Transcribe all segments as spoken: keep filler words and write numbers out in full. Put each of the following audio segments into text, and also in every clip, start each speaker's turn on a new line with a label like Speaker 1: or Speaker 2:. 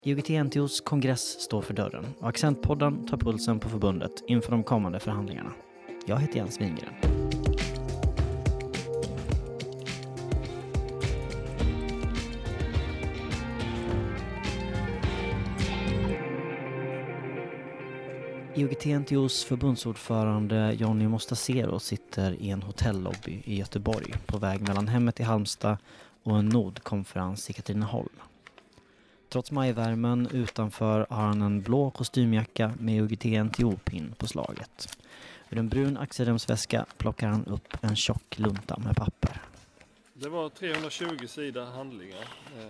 Speaker 1: I U G T N T O:s kongress står för dörren och Accentpodden tar pulsen på förbundet inför de kommande förhandlingarna. Jag heter Jens Wingren. I U G T N T O:s förbundsordförande Jonny Mostasero sitter i en hotellobby i Göteborg på väg mellan hemmet i Halmstad och en nordkonferens i Katrineholm. Trots majvärmen utanför har han en blå kostymjacka med U G T N T O-pin på slaget. Ur en brun axelremsväska plockar han upp en tjock lunta med papper.
Speaker 2: Det var trehundratjugo sidor handlingar.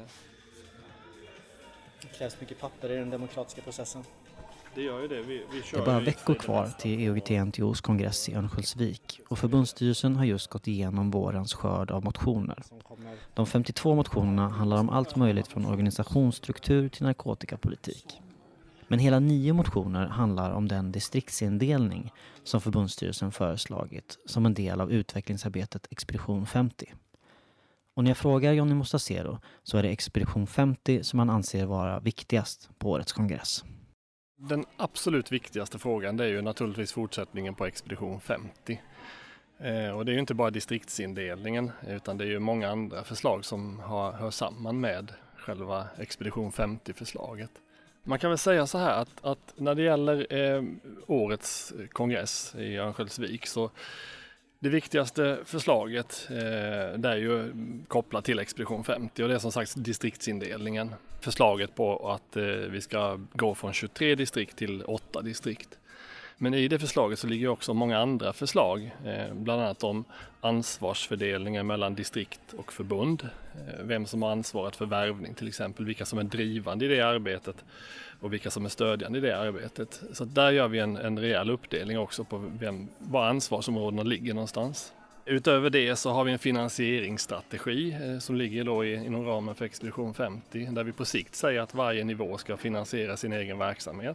Speaker 1: Det krävs mycket papper i den demokratiska processen.
Speaker 2: Det gör ju det. Vi, vi kör
Speaker 1: det är bara veckor kvar till U G T N T O:s kongress i Örnsköldsvik och förbundsstyrelsen har just gått igenom vårens skörd av motioner. De femtiotvå motionerna handlar om allt möjligt från organisationsstruktur till narkotikapolitik. Men hela nio motioner handlar om den distriktsindelning som förbundsstyrelsen föreslagit som en del av utvecklingsarbetet Expedition femtio. Och när jag frågar Jonny Mostasero så är det Expedition femtio som han anser vara viktigast på årets kongress.
Speaker 2: Den absolut viktigaste frågan det är ju naturligtvis fortsättningen på Expedition femtio. Eh, och det är ju inte bara distriktsindelningen utan det är ju många andra förslag som har, hör samman med själva Expedition femtio-förslaget. Man kan väl säga så här att, att när det gäller eh, årets kongress i Örnsköldsvik så det viktigaste förslaget eh, det är ju kopplat till Expedition femtio och det är som sagt distriktsindelningen. Förslaget på att eh, vi ska gå från tjugotre distrikt till åtta distrikt. Men i det förslaget så ligger också många andra förslag, eh, bland annat om ansvarsfördelningen mellan distrikt och förbund. Eh, vem som har ansvaret för värvning till exempel, vilka som är drivande i det arbetet och vilka som är stödjande i det arbetet. Så där gör vi en, en rejäl uppdelning också på vem, var ansvarsområdena ligger någonstans. Utöver det så har vi en finansieringsstrategi eh, som ligger då i, inom ramen för Expedition femtio där vi på sikt säger att varje nivå ska finansiera sin egen verksamhet.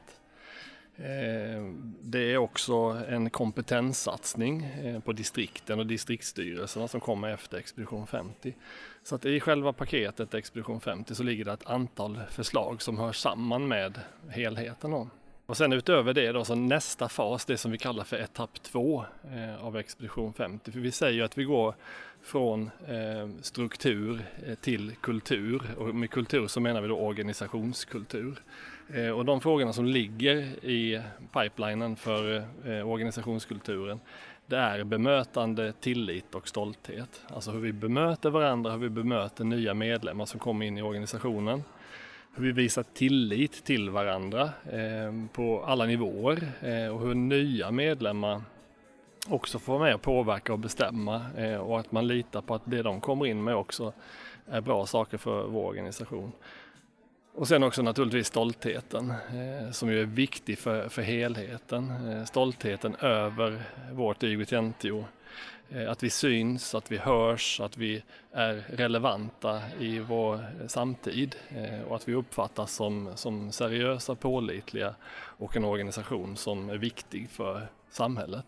Speaker 2: Det är också en kompetenssatsning på distrikten och distriktsstyrelserna som kommer efter Expedition femtio. Så att i själva paketet Expedition femtio så ligger det ett antal förslag som hör samman med helheten. Då. Och sen utöver det då så nästa fas, det som vi kallar för etapp två av Expedition femtio. För vi säger ju att vi går från struktur till kultur och med kultur så menar vi då organisationskultur. Och de frågorna som ligger i pipelinen för organisationskulturen det är bemötande, tillit och stolthet. Alltså hur vi bemöter varandra, hur vi bemöter nya medlemmar som kommer in i organisationen. Hur vi visar tillit till varandra eh, på alla nivåer eh, och hur nya medlemmar också får med att påverka och bestämma eh, och att man litar på att det de kommer in med också är bra saker för vår organisation. Och sen också naturligtvis stoltheten eh, som ju är viktig för, för helheten. Eh, stoltheten över vårt U G T N T O. Eh, att vi syns, att vi hörs, att vi är relevanta i vår samtid. Eh, och att vi uppfattas som, som seriösa, pålitliga och en organisation som är viktig för samhället.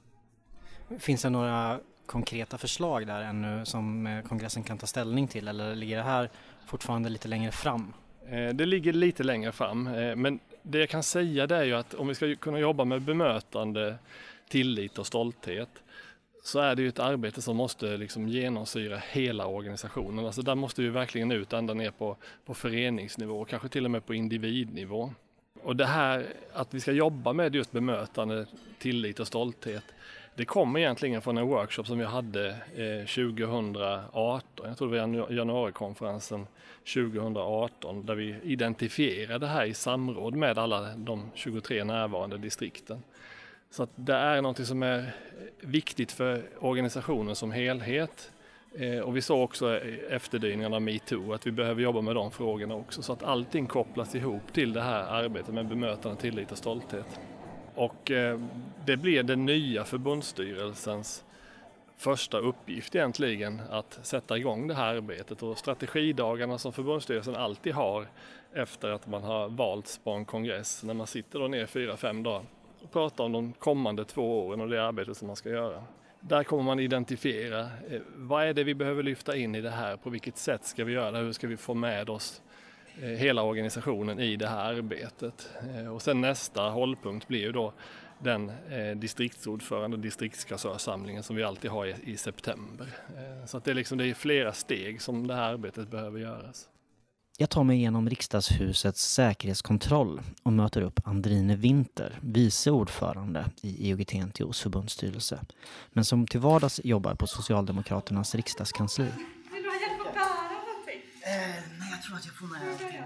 Speaker 1: Finns det några konkreta förslag där ännu som kongressen kan ta ställning till eller ligger det här fortfarande lite längre fram?
Speaker 2: Det ligger lite längre fram, men det jag kan säga det är ju att om vi ska kunna jobba med bemötande, tillit och stolthet så är det ju ett arbete som måste liksom genomsyra hela organisationen. Alltså där måste vi verkligen ut ända ner på, på föreningsnivå, kanske till och med på individnivå. Och det här att vi ska jobba med just bemötande, tillit och stolthet det kommer egentligen från en workshop som jag hade eh, tjugohundraarton. Jag tror det var januarikonferensen tjugohundraarton där vi identifierade det här i samråd med alla de tjugotre närvarande distrikten. Så att det är något som är viktigt för organisationen som helhet. Eh, och vi såg också efterdyningarna av MeToo att vi behöver jobba med de frågorna också så att allting kopplas ihop till det här arbetet med bemötande, tillit och stolthet. Och eh, det blir den nya förbundsstyrelsens första uppgift egentligen att sätta igång det här arbetet och strategidagarna som förbundsstyrelsen alltid har efter att man har valts på en kongress när man sitter då ner fyra, fem dagar och pratar om de kommande två åren och det arbetet som man ska göra. Där kommer man identifiera eh, vad är det vi behöver lyfta in i det här, på vilket sätt ska vi göra det, hur ska vi få med oss hela organisationen i det här arbetet. Och sen nästa hållpunkt blir ju då den eh, distriktsordförande och distriktskassörsamlingen som vi alltid har i, i september. Eh, så att det, är liksom, det är flera steg som det här arbetet behöver göras.
Speaker 1: Jag tar mig igenom riksdagshusets säkerhetskontroll och möter upp Andrine Winter, vice ordförande i I O G T N T O:s förbundsstyrelse, men som till vardags jobbar på Socialdemokraternas riksdagskansli.
Speaker 3: Vill du ha hjälp att bära någonting?
Speaker 4: Eh, nej, jag tror att jag får med allting.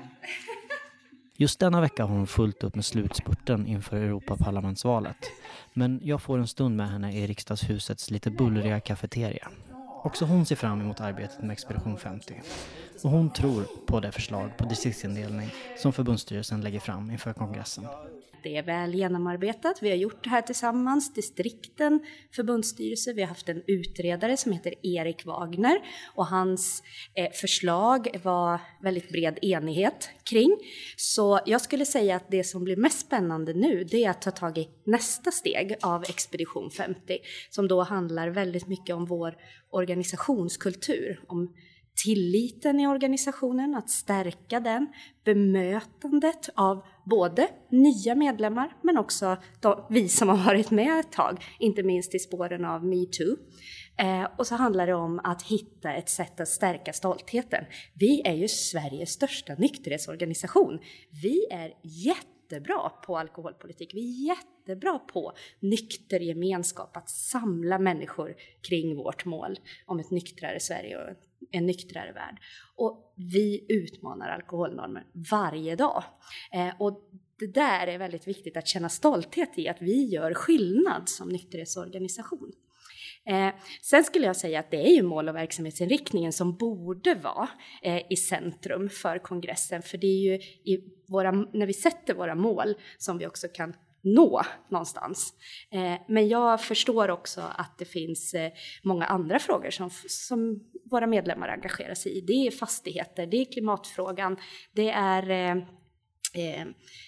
Speaker 1: Just denna vecka har hon fullt upp med slutspurten inför Europaparlamentsvalet. Men jag får en stund med henne i riksdagshusets lite bullriga kafeteria. Också hon ser fram emot arbetet med Expedition femtio. Och hon tror på det förslag på distriktsindelning som förbundsstyrelsen lägger fram inför kongressen.
Speaker 3: Det är väl genomarbetat. Vi har gjort det här tillsammans, distrikten, förbundsstyrelse. Vi har haft en utredare som heter Erik Wagner och hans eh, förslag var väldigt bred enighet kring. Så jag skulle säga att det som blir mest spännande nu, det är att ta tag i nästa steg av Expedition femtio, som då handlar väldigt mycket om vår organisationskultur, om tilliten i organisationen, att stärka den, bemötandet av både nya medlemmar men också de, vi som har varit med ett tag, inte minst i spåren av MeToo. Eh, och så handlar det om att hitta ett sätt att stärka stoltheten. Vi är ju Sveriges största nykterhetsorganisation. Vi är jättebra på alkoholpolitik. Vi är jättebra på nykter gemenskap, att samla människor kring vårt mål om ett nyktrare Sverige och en nyktrare värld. Och vi utmanar alkoholnormer varje dag. Eh, och det där är väldigt viktigt att känna stolthet i, att vi gör skillnad som nykterhetsorganisation. Eh, sen skulle jag säga att det är ju mål- och verksamhetsinriktningen som borde vara eh, i centrum för kongressen. För det är ju i våra, när vi sätter våra mål som vi också kan nå någonstans. Eh, men jag förstår också att det finns eh, många andra frågor som, som våra medlemmar engagerar sig i. Det är fastigheter, det är klimatfrågan, det är eh, eh,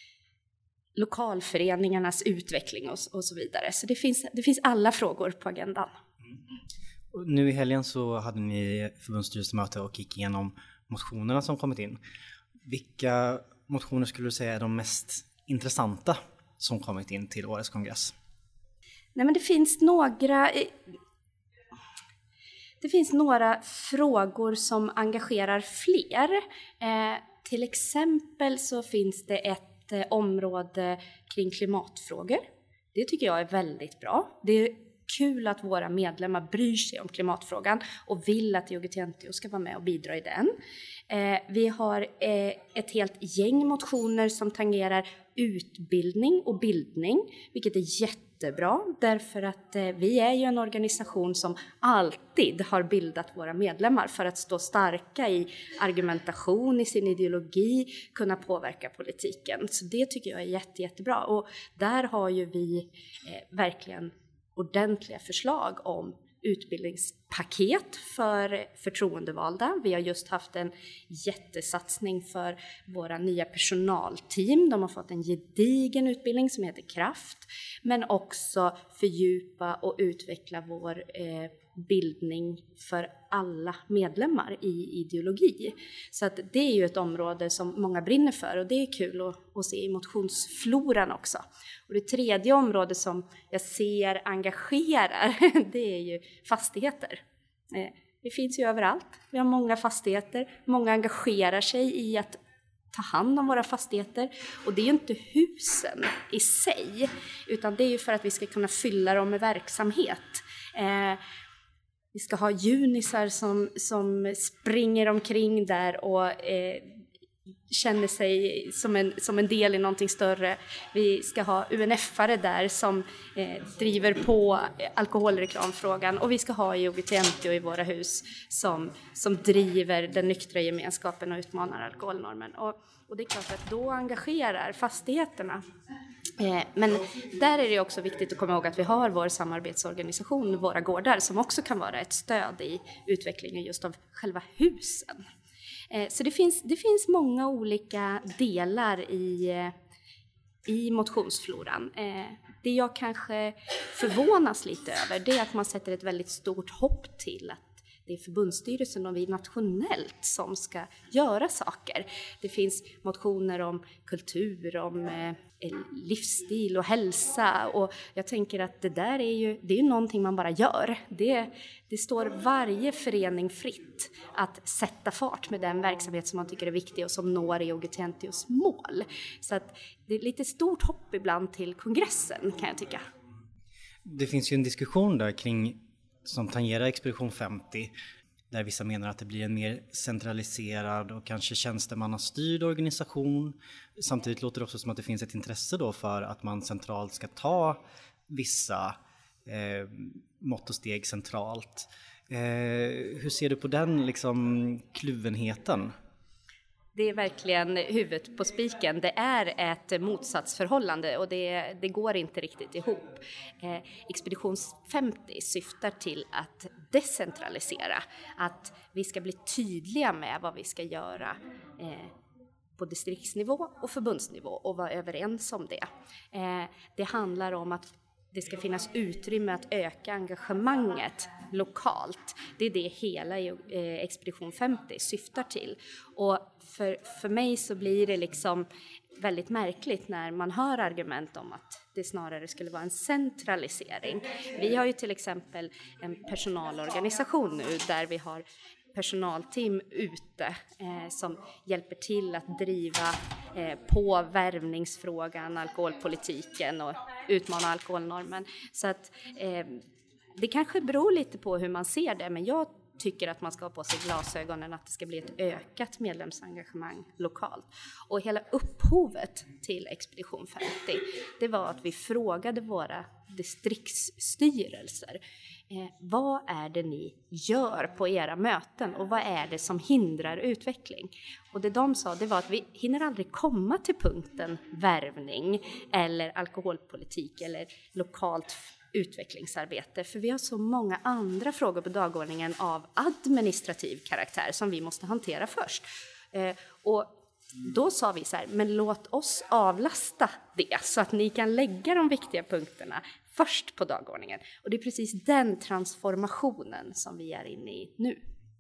Speaker 3: lokalföreningarnas utveckling och, och så vidare. Så det finns, det finns alla frågor på agendan.
Speaker 1: Och nu i helgen så hade ni förbundsstyrelsemöte och gick igenom motionerna som kommit in. Vilka motioner skulle du säga är de mest intressanta som kommit in till årets kongress?
Speaker 3: Nej, men det finns några det finns några frågor som engagerar fler. Eh, till exempel så finns det ett eh, område kring klimatfrågor. Det tycker jag är väldigt bra. Det är kul att våra medlemmar bryr sig om klimatfrågan och vill att I O G T N T O ska vara med och bidra i den. Eh, vi har eh, ett helt gäng motioner som tangerar utbildning och bildning, vilket är jättebra därför att eh, vi är ju en organisation som alltid har bildat våra medlemmar för att stå starka i argumentation, i sin ideologi, kunna påverka politiken. Så det tycker jag är jätte, jättebra. Och där har ju vi eh, verkligen ordentliga förslag om utbildningspaket för förtroendevalda. Vi har just haft en jättesatsning för våra nya personalteam. De har fått en gedigen utbildning som heter Kraft, men också fördjupa och utveckla vår eh, bildning för alla medlemmar i ideologi. Så att det är ju ett område som många brinner för och det är kul att, att se i motionsfloran också. Och det tredje området som jag ser engagerar, det är ju fastigheter. Det finns ju överallt. Vi har många fastigheter. Många engagerar sig i att ta hand om våra fastigheter. Och det är ju inte husen i sig, utan det är ju för att vi ska kunna fylla dem med verksamhet. Eh, vi ska ha junisar som, som springer omkring där och eh, känner sig som en, som en del i någonting större. Vi ska ha U N F-are där som eh, driver på alkoholreklamfrågan. Och vi ska ha I O G T N T O i våra hus som, som driver den nyktra gemenskapen och utmanar alkoholnormen. Och, och det är klart att då engagerar fastigheterna. Eh, men där är det också viktigt att komma ihåg att vi har vår samarbetsorganisation, Våra Gårdar, som också kan vara ett stöd i utvecklingen just av själva husen. Så det finns, det finns många olika delar i, i motionsfloran. Det jag kanske förvånas lite över, det är att man sätter ett väldigt stort hopp till att det det är förbundsstyrelsen och vi nationellt som ska göra saker. Det finns motioner om kultur, om eh, livsstil och hälsa, och jag tänker att det där är ju, det är ju någonting man bara gör. Det, det står varje förening fritt att sätta fart med den verksamhet som man tycker är viktig och som når I O G T N T O:s mål. Så att det är lite stort hopp ibland till kongressen, kan jag tycka.
Speaker 1: Det finns ju en diskussion där kring, som tangerar Expedition femtio, där vissa menar att det blir en mer centraliserad och kanske tjänstemannastyrd organisation. Samtidigt låter det också som att det finns ett intresse då för att man centralt ska ta vissa eh, mått och steg centralt. Eh, hur ser du på den liksom kluvenheten?
Speaker 3: Det är verkligen huvudet på spiken. Det är ett motsatsförhållande och det, det går inte riktigt ihop. Eh, Expedition femtio syftar till att decentralisera. Att vi ska bli tydliga med vad vi ska göra eh, på distriktsnivå och förbundsnivå och vara överens om det. Eh, det handlar om att det ska finnas utrymme att öka engagemanget lokalt. Det är det hela Expedition femtio syftar till. Och för, för mig så blir det liksom väldigt märkligt när man hör argument om att det snarare skulle vara en centralisering. Vi har ju till exempel en personalorganisation nu där vi har personalteam ute eh, som hjälper till att driva eh, på värvningsfrågan, alkoholpolitiken och utmana alkoholnormen. Så att eh, det kanske beror lite på hur man ser det, men jag tycker att man ska ha på sig glasögonen att det ska bli ett ökat medlemsengagemang lokalt. Och hela upphovet till Expedition femtio, det var att vi frågade våra distriktsstyrelser. Eh, vad är det ni gör på era möten och vad är det som hindrar utveckling? Och det de sa, det var att vi hinner aldrig komma till punkten värvning eller alkoholpolitik eller lokalt utvecklingsarbete, för vi har så många andra frågor på dagordningen av administrativ karaktär som vi måste hantera först. Eh, och då sa vi så här, men låt oss avlasta det så att ni kan lägga de viktiga punkterna först på dagordningen. Och det är precis den transformationen som vi är inne i nu.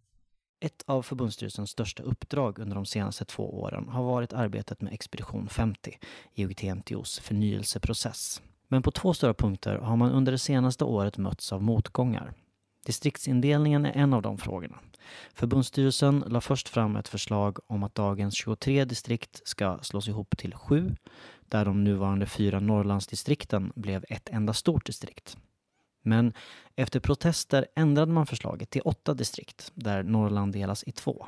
Speaker 1: Ett av förbundsstyrelsens största uppdrag under de senaste två åren har varit arbetet med Expedition femtio, I O G T N T O:s förnyelseprocess. Men på två stora punkter har man under det senaste året mötts av motgångar. Distriktsindelningen är en av de frågorna. Förbundsstyrelsen la först fram ett förslag om att dagens tjugotre distrikt ska slås ihop till sju, där de nuvarande fyra Norrlandsdistrikten blev ett enda stort distrikt. Men efter protester ändrade man förslaget till åtta distrikt, där Norrland delas i två.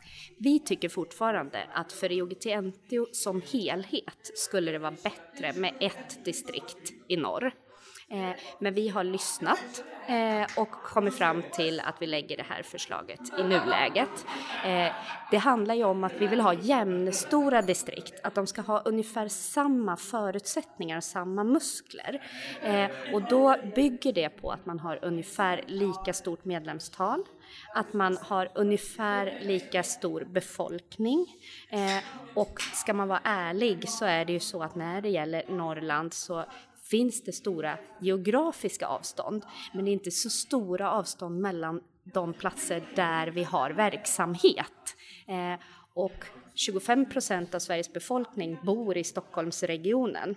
Speaker 3: Vi tycker fortfarande att för I O G T N T O som helhet skulle det vara bättre med ett distrikt i norr. Eh, men vi har lyssnat eh, och kommit fram till att vi lägger det här förslaget i nuläget. Eh, det handlar ju om att vi vill ha jämnstora distrikt, att de ska ha ungefär samma förutsättningar, samma muskler. Eh, och då bygger det på att man har ungefär lika stort medlemstal, att man har ungefär lika stor befolkning. Eh, och ska man vara ärlig så är det ju så att när det gäller Norrland så finns det stora geografiska avstånd, men det är inte så stora avstånd mellan de platser där vi har verksamhet. Eh, och tjugofem procent av Sveriges befolkning bor i Stockholmsregionen.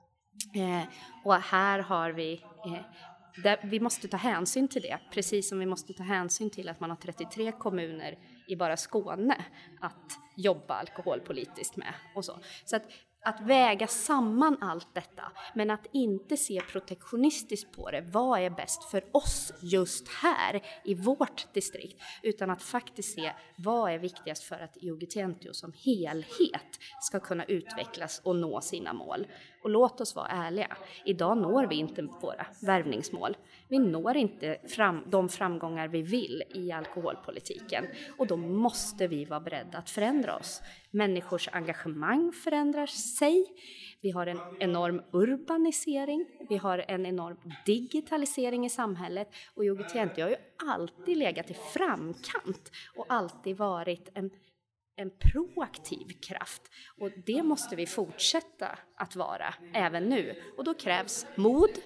Speaker 3: Eh, och här har vi... Eh, där vi måste ta hänsyn till det, precis som vi måste ta hänsyn till att man har trettiotre kommuner i bara Skåne att jobba alkoholpolitiskt med och så. Så att Att väga samman allt detta, men att inte se protektionistiskt på det. Vad är bäst för oss just här i vårt distrikt? Utan att faktiskt se vad är viktigast för att I O G T N T O som helhet ska kunna utvecklas och nå sina mål. Och låt oss vara ärliga. Idag når vi inte våra värvningsmål. Vi når inte fram, de framgångar vi vill i alkoholpolitiken. Och då måste vi vara beredda att förändra oss. Människors engagemang förändrar sig. Vi har en enorm urbanisering. Vi har en enorm digitalisering i samhället. Och I O G T N T O har ju alltid legat i framkant och alltid varit en, en proaktiv kraft. Och det måste vi fortsätta att vara även nu. Och då krävs mod.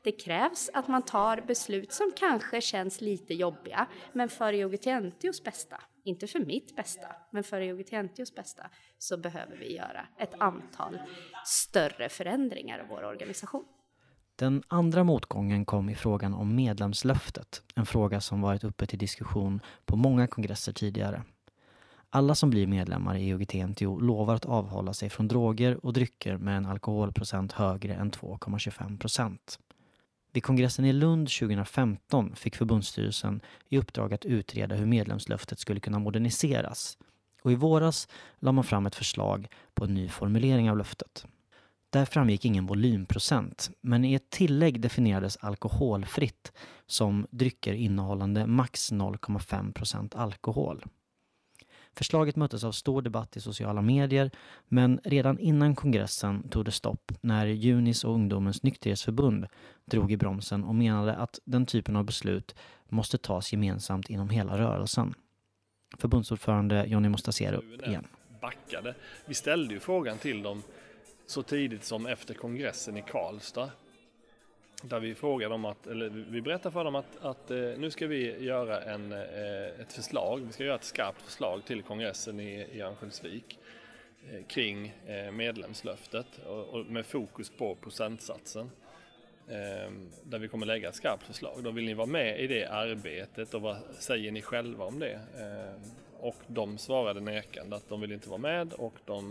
Speaker 3: Det krävs att man tar beslut som kanske känns lite jobbiga, men för I O G T N T O:s bästa, inte för mitt bästa, men för I O G T N T O:s bästa, så behöver vi göra ett antal större förändringar i vår organisation.
Speaker 1: Den andra motgången kom i frågan om medlemslöftet, en fråga som varit uppe till diskussion på många kongresser tidigare. Alla som blir medlemmar i I O G T N T O lovar att avhålla sig från droger och drycker med en alkoholprocent högre än två komma tjugofem procent. Vid kongressen i Lund tjugohundrafemton fick förbundsstyrelsen i uppdrag att utreda hur medlemslöftet skulle kunna moderniseras. Och i våras la man fram ett förslag på en ny formulering av löftet. Där framgick ingen volymprocent, men i ett tillägg definierades alkoholfritt som drycker innehållande max noll komma fem procent alkohol. Förslaget möttes av stor debatt i sociala medier, men redan innan kongressen tog det stopp när Junis och Ungdomens nykterhetsförbund drog i bromsen och menade att den typen av beslut måste tas gemensamt inom hela rörelsen. Förbundsordförande Johnny Mostasero igen.
Speaker 2: Backade. Vi ställde ju frågan till dem så tidigt som efter kongressen i Karlstad. Där vi frågade dem att, eller vi berättade för dem att, att nu ska vi göra en, ett förslag, vi ska göra ett skarpt förslag till kongressen i, i Örnsköldsvik kring medlemslöftet och, och med fokus på procentsatsen. Där vi kommer lägga ett skarpt förslag. Då vill ni vara med i det arbetet och vad säger ni själva om det? Och de svarade nekande att de vill inte vara med och de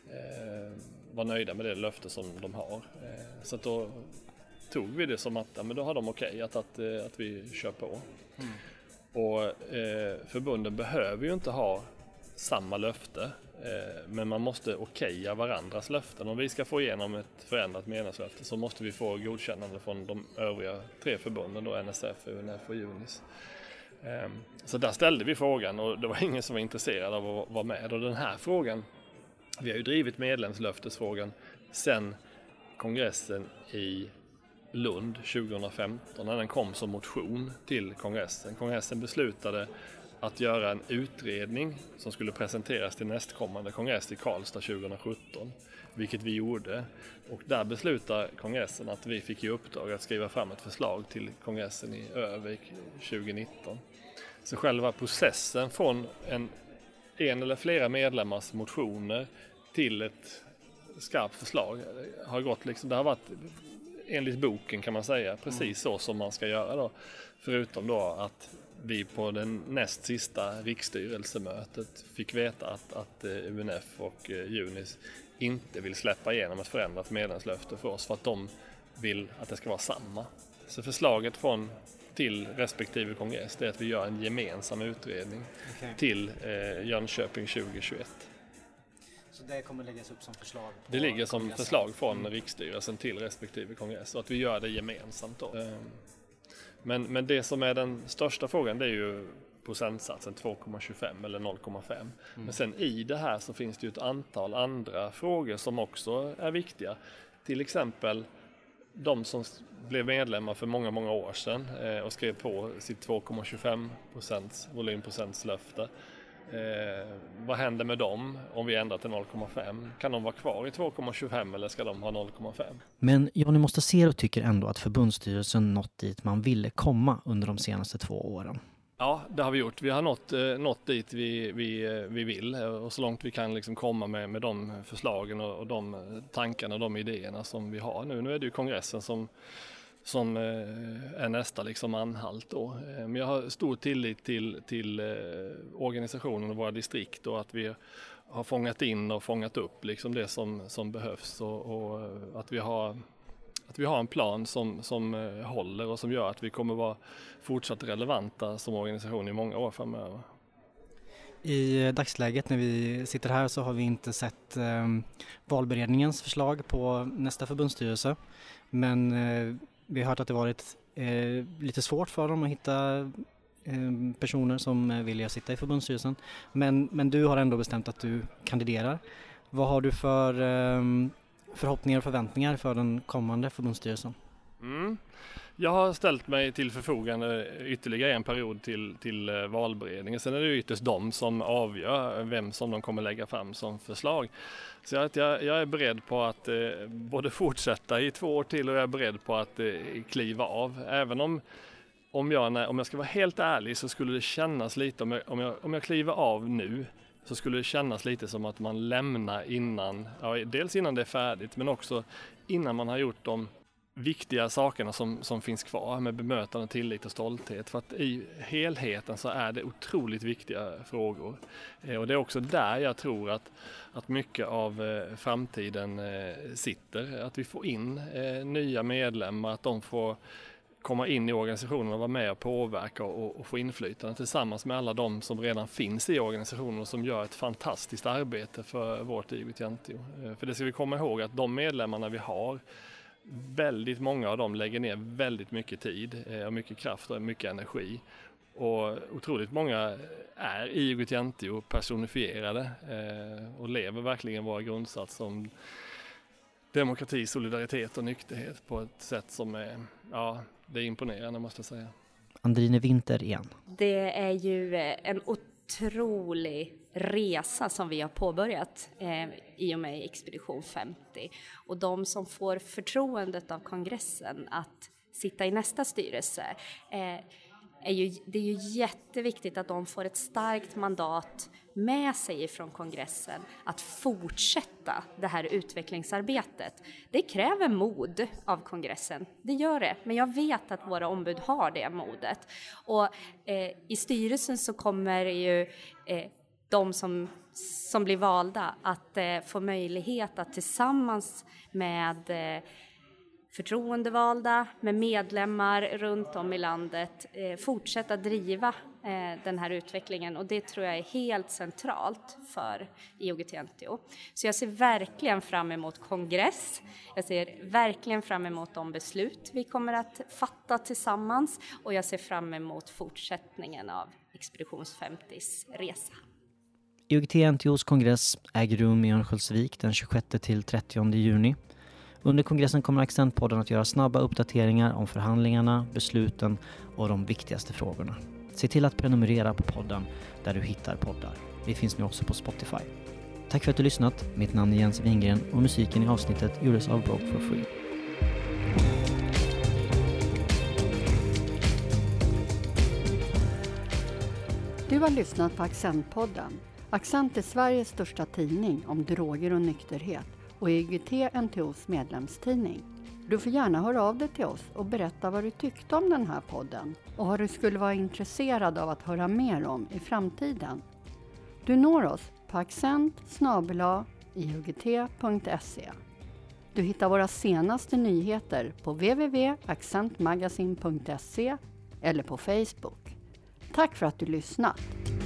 Speaker 2: var nöjda med det löfte som de har. Så att då tog vi det som att ja, men då har de okej att, att, att vi kör på. Mm. Och eh, förbunden behöver ju inte ha samma löfte, eh, men man måste okeja varandras löften. Om vi ska få igenom ett förändrat medlemslöfte så måste vi få godkännande från de övriga tre förbunden, då N S F, U N F och Junis. Eh, så där ställde vi frågan och det var ingen som var intresserad av att vara med. Och den här frågan, vi har ju drivit medlemslöftesfrågan sedan kongressen i Lund tjugohundrafemton när den kom som motion till kongressen. Kongressen beslutade att göra en utredning som skulle presenteras till nästkommande kongress i Karlstad tjugohundrasjutton, vilket vi gjorde. Och där beslutade kongressen att vi fick i uppdrag att skriva fram ett förslag till kongressen i Övik tjugonitton. Så själva processen från en, en eller flera medlemmars motioner till ett skarpt förslag har gått liksom, det har varit enligt boken kan man säga, precis så som man ska göra då. Förutom då att vi på den näst sista riksstyrelsemötet fick veta att, att U N F och Junis inte vill släppa igenom ett förändrat medlemslöfte för oss för att de vill att det ska vara samma. Så förslaget från till respektive kongress det är att vi gör en gemensam utredning okay. till eh, Jönköping tjugohundratjugoett.
Speaker 1: Så det kommer läggas upp som förslag?
Speaker 2: Det ligger som kongressen. Förslag från mm. riksstyrelsen till respektive kongress och att vi gör det gemensamt då. Men, men det som är den största frågan det är ju procentsatsen två komma tjugofem eller noll komma fem. Mm. Men sen i det här så finns det ju ett antal andra frågor som också är viktiga. Till exempel de som blev medlemmar för många, många år sedan och skrev på sitt två komma tjugofem procent volymprocentslöfte. Eh, vad händer med dem om vi ändrar till noll komma fem? Kan de vara kvar i två komma tjugofem eller ska de ha noll komma fem?
Speaker 1: Men Johnny Mostasero tycker ändå att förbundsstyrelsen nått dit man ville komma under de senaste två åren.
Speaker 2: Ja, det har vi gjort. Vi har nått, eh, nått dit vi, vi, vi vill och så långt vi kan liksom komma med, med de förslagen och, och de tankarna och de idéerna som vi har nu. Nu är det ju kongressen som som är nästa liksom anhalt då. Men jag har stor tillit till, till organisationen och våra distrikt och att vi har fångat in och fångat upp liksom det som, som behövs och, och att, vi har, att vi har en plan som, som håller och som gör att vi kommer vara fortsatt relevanta som organisation i många år framöver.
Speaker 1: I dagsläget när vi sitter här så har vi inte sett eh, valberedningens förslag på nästa förbundsstyrelse, men eh, vi har hört att det varit eh, lite svårt för dem att hitta eh, personer som vill sitta i förbundsstyrelsen. Men, men du har ändå bestämt att du kandiderar. Vad har du för eh, förhoppningar och förväntningar för den kommande förbundsstyrelsen?
Speaker 2: Mm. Jag har ställt mig till förfogande ytterligare en period till, till valberedningen. Sen är det ytterst de som avgör vem som de kommer lägga fram som förslag. Så jag, jag är beredd på att eh, både fortsätta i två år till och jag är beredd på att eh, kliva av. Även om, om, jag, om jag ska vara helt ärlig så skulle det kännas lite, om jag, om jag, om jag kliver av nu, så skulle det kännas lite som att man lämnar innan, ja, dels innan det är färdigt men också innan man har gjort de viktiga sakerna som, som finns kvar med bemötande, tillit och stolthet. För att i helheten så är det otroligt viktiga frågor. Eh, och det är också där jag tror att, att mycket av eh, framtiden eh, sitter. Att vi får in eh, nya medlemmar, att de får komma in i organisationen och vara med och påverka och, och få inflytande tillsammans med alla de som redan finns i organisationen och som gör ett fantastiskt arbete för vårt I O G T N T O. Eh, för det ska vi komma ihåg att de medlemmarna vi har, väldigt många av dem lägger ner väldigt mycket tid och mycket kraft och mycket energi. Och otroligt många är I O G T N T O personifierade och lever verkligen våra grundsats om demokrati, solidaritet och nykterhet på ett sätt som är, ja, det är imponerande måste jag säga.
Speaker 1: Andrine Winther igen.
Speaker 3: Det är ju en otrolig resa som vi har påbörjat eh, i och med Expedition femtio. Och de som får förtroendet av kongressen att sitta i nästa styrelse, eh, är ju, det är ju jätteviktigt att de får ett starkt mandat med sig från kongressen att fortsätta det här utvecklingsarbetet. Det kräver mod av kongressen, det gör det. Men jag vet att våra ombud har det modet. Och eh, i styrelsen så kommer ju eh, de som, som blir valda att eh, få möjlighet att tillsammans med eh, förtroendevalda, med medlemmar runt om i landet eh, fortsätta driva eh, den här utvecklingen, och det tror jag är helt centralt för I O G T N T O. Så jag ser verkligen fram emot kongress, jag ser verkligen fram emot de beslut vi kommer att fatta tillsammans, och jag ser fram emot fortsättningen av Expedition femtios resa.
Speaker 1: I O G T N T O:s kongress äger rum i Örnsköldsvik den tjugosjätte till trettionde juni. Under kongressen kommer Accentpodden att göra snabba uppdateringar om förhandlingarna, besluten och de viktigaste frågorna. Se till att prenumerera på podden där du hittar poddar. Vi finns nu också på Spotify. Tack för att du lyssnat. Mitt namn är Jens Wingren och musiken i avsnittet gjordes av Broke for Free.
Speaker 5: Du har lyssnat på Accentpodden. Accent är Sveriges största tidning om droger och nykterhet och I O G T N T O:s medlemstidning. Du får gärna höra av dig till oss och berätta vad du tyckte om den här podden och vad du skulle vara intresserad av att höra mer om i framtiden. Du når oss på accent snabel-a i o g t punkt se. Du hittar våra senaste nyheter på w w w punkt accent magazine punkt se eller på Facebook. Tack för att du lyssnat!